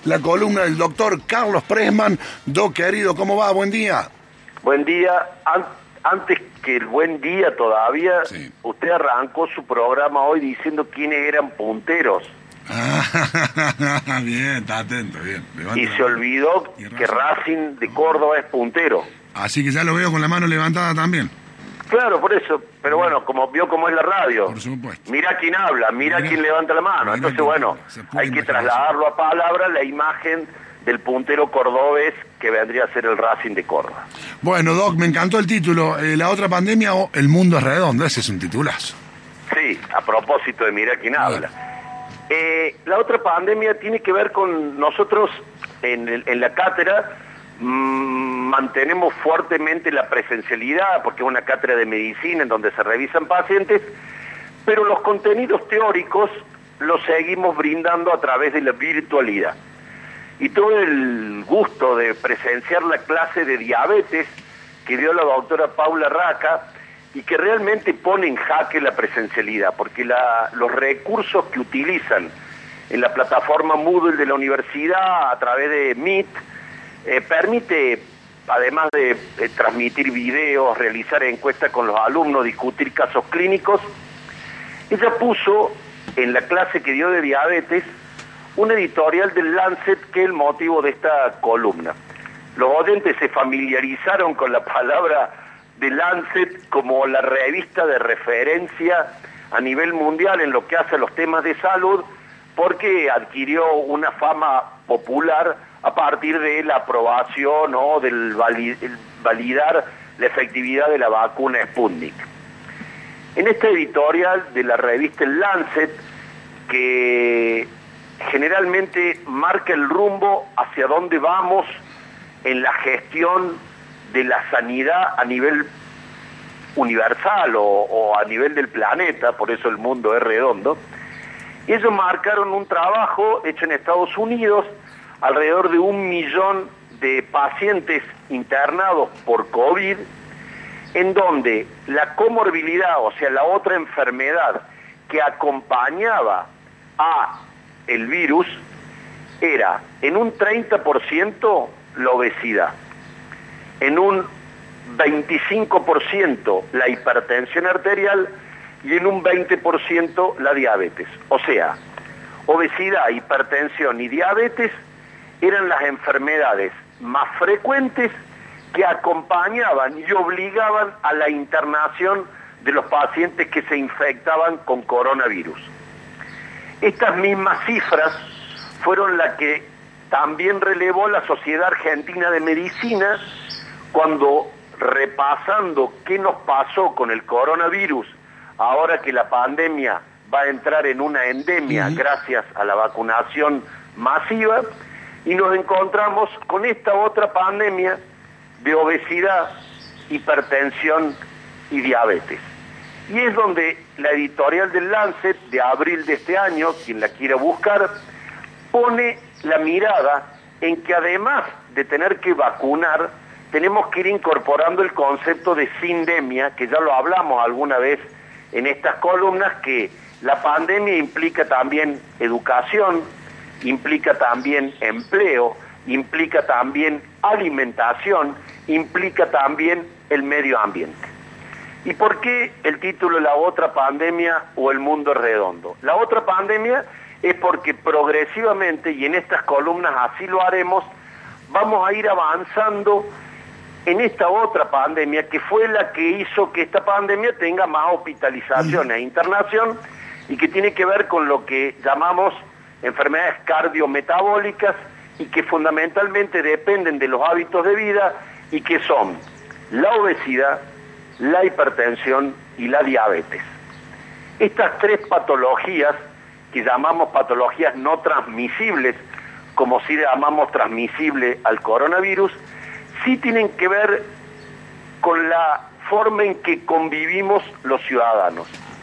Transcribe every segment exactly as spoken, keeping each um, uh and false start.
la columna del doctor Carlos Pressman. Doc, querido, ¿cómo va? Buen día. Buen día. An antes que el buen día todavía, sí. Usted arrancó su programa hoy diciendo quiénes eran punteros. Ah, bien, está atento, bien. Levante y se olvidó y que Racing de Córdoba es puntero. Así que ya lo veo con la mano levantada también. Claro, por eso, pero bueno, como vio cómo es la radio. Por supuesto. Mira quién habla, mira, mira quién levanta la mano. Entonces, bueno, hay que trasladarlo a palabra la imagen del puntero cordobés que vendría a ser el Racing de Córdoba. Bueno, Doc, me encantó el título. Eh, la otra pandemia o El mundo es redondo, ese es un titulazo. Sí, a propósito de mira quién habla. Eh, la otra pandemia tiene que ver con nosotros en, el, en la cátedra. Mmm, mantenemos fuertemente la presencialidad porque es una cátedra de medicina en donde se revisan pacientes, pero los contenidos teóricos los seguimos brindando a través de la virtualidad. Y tuve el gusto de presenciar la clase de diabetes que dio la doctora Paula Raca y que realmente pone en jaque la presencialidad, porque la, los recursos que utilizan en la plataforma Moodle de la universidad a través de Meet eh, permite, además de eh, transmitir videos, realizar encuestas con los alumnos, discutir casos clínicos. Ella puso en la clase que dio de diabetes un editorial del Lancet, que es el motivo de esta columna. Los oyentes se familiarizaron con la palabra de Lancet como la revista de referencia a nivel mundial en lo que hace a los temas de salud, porque adquirió una fama popular a partir de la aprobación o del validar la efectividad de la vacuna Sputnik. En este editorial de la revista El Lancet, que generalmente marca el rumbo hacia dónde vamos en la gestión de la sanidad a nivel universal o, o a nivel del planeta, por eso el mundo es redondo, ellos marcaron un trabajo hecho en Estados Unidos, alrededor de un millón de pacientes internados por COVID, en donde la comorbilidad, o sea, la otra enfermedad que acompañaba a el virus, era en un treinta por ciento la obesidad, en un veinticinco por ciento la hipertensión arterial y en un veinte por ciento la diabetes. O sea, obesidad, hipertensión y diabetes eran las enfermedades más frecuentes que acompañaban y obligaban a la internación de los pacientes que se infectaban con coronavirus. Estas mismas cifras fueron las que también relevó la Sociedad Argentina de Medicina cuando, repasando qué nos pasó con el coronavirus, ahora que la pandemia va a entrar en una endemia uh-huh. gracias a la vacunación masiva, y nos encontramos con esta otra pandemia de obesidad, hipertensión y diabetes. Y es donde la editorial del Lancet de abril de este año, quien la quiera buscar, pone la mirada en que además de tener que vacunar, tenemos que ir incorporando el concepto de sindemia, que ya lo hablamos alguna vez en estas columnas, que la pandemia implica también educación, implica también empleo, implica también alimentación, implica también el medio ambiente. ¿Y por qué el título La otra pandemia o El mundo redondo? La otra pandemia es porque progresivamente, y en estas columnas así lo haremos, vamos a ir avanzando en esta otra pandemia, que fue la que hizo que esta pandemia tenga más hospitalización e internación, y que tiene que ver con lo que llamamos enfermedades cardiometabólicas, y que fundamentalmente dependen de los hábitos de vida, y que son la obesidad, la hipertensión y la diabetes. Estas tres patologías, que llamamos patologías no transmisibles, como si llamamos transmisible al coronavirus, sí tienen que ver con la forma en que convivimos los ciudadanos.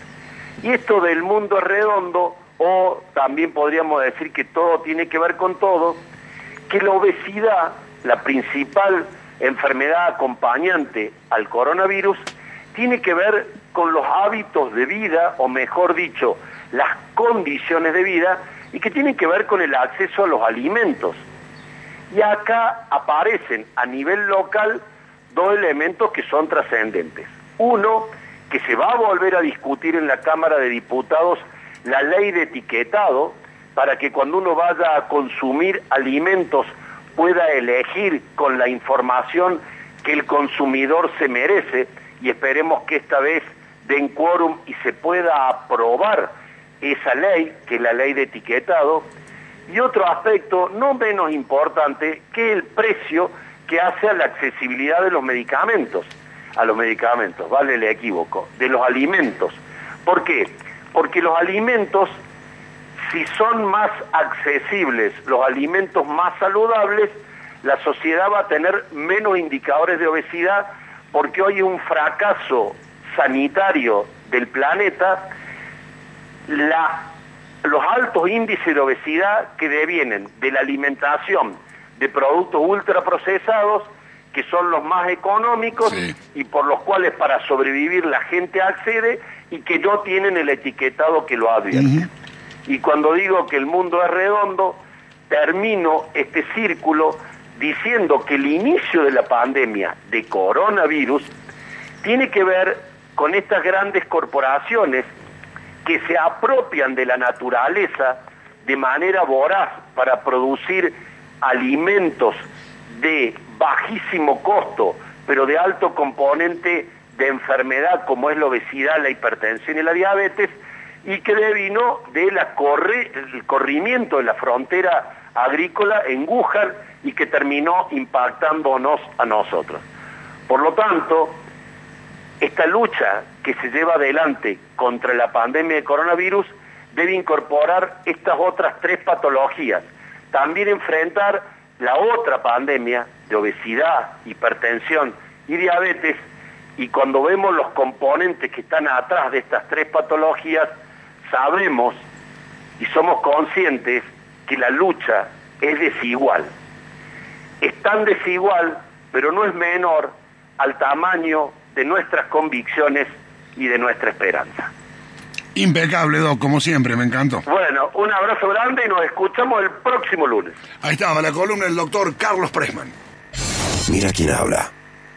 Y esto del mundo redondo, o también podríamos decir que todo tiene que ver con todo, que la obesidad, la principal enfermedad acompañante al coronavirus, tiene que ver con los hábitos de vida, o mejor dicho, las condiciones de vida, y que tienen que ver con el acceso a los alimentos. Y acá aparecen a nivel local dos elementos que son trascendentes. Uno, que se va a volver a discutir en la Cámara de Diputados la ley de etiquetado, para que cuando uno vaya a consumir alimentos pueda elegir con la información que el consumidor se merece, y esperemos que esta vez den quórum y se pueda aprobar esa ley, que es la ley de etiquetado. Y otro aspecto no menos importante, que el precio que hace a la accesibilidad de los medicamentos, a los medicamentos, vale el equívoco, de los alimentos. ¿Por qué? Porque los alimentos, si son más accesibles, los alimentos más saludables, la sociedad va a tener menos indicadores de obesidad, porque hoy es un fracaso sanitario del planeta la, los altos índices de obesidad que devienen de la alimentación de productos ultraprocesados, que son los más económicos, sí, y por los cuales para sobrevivir la gente accede y que no tienen el etiquetado que lo advierte. Uh-huh. Y cuando digo que el mundo es redondo, termino este círculo diciendo que el inicio de la pandemia de coronavirus tiene que ver con estas grandes corporaciones que se apropian de la naturaleza de manera voraz para producir alimentos de bajísimo costo, pero de alto componente de enfermedad, como es la obesidad, la hipertensión y la diabetes, y que devino de la corre, el corrimiento de la frontera agrícola en Wuhan y que terminó impactándonos a nosotros. Por lo tanto, esta lucha que se lleva adelante contra la pandemia de coronavirus debe incorporar estas otras tres patologías. También enfrentar la otra pandemia de obesidad, hipertensión y diabetes, y cuando vemos los componentes que están atrás de estas tres patologías, sabemos y somos conscientes que la lucha es desigual. Es tan desigual, pero no es menor al tamaño de nuestras convicciones y de nuestra esperanza. Impecable, Doc, como siempre, me encantó. Bueno, un abrazo grande y nos escuchamos el próximo lunes. Ahí estaba la columna del doctor Carlos Pressman. Mira quién habla.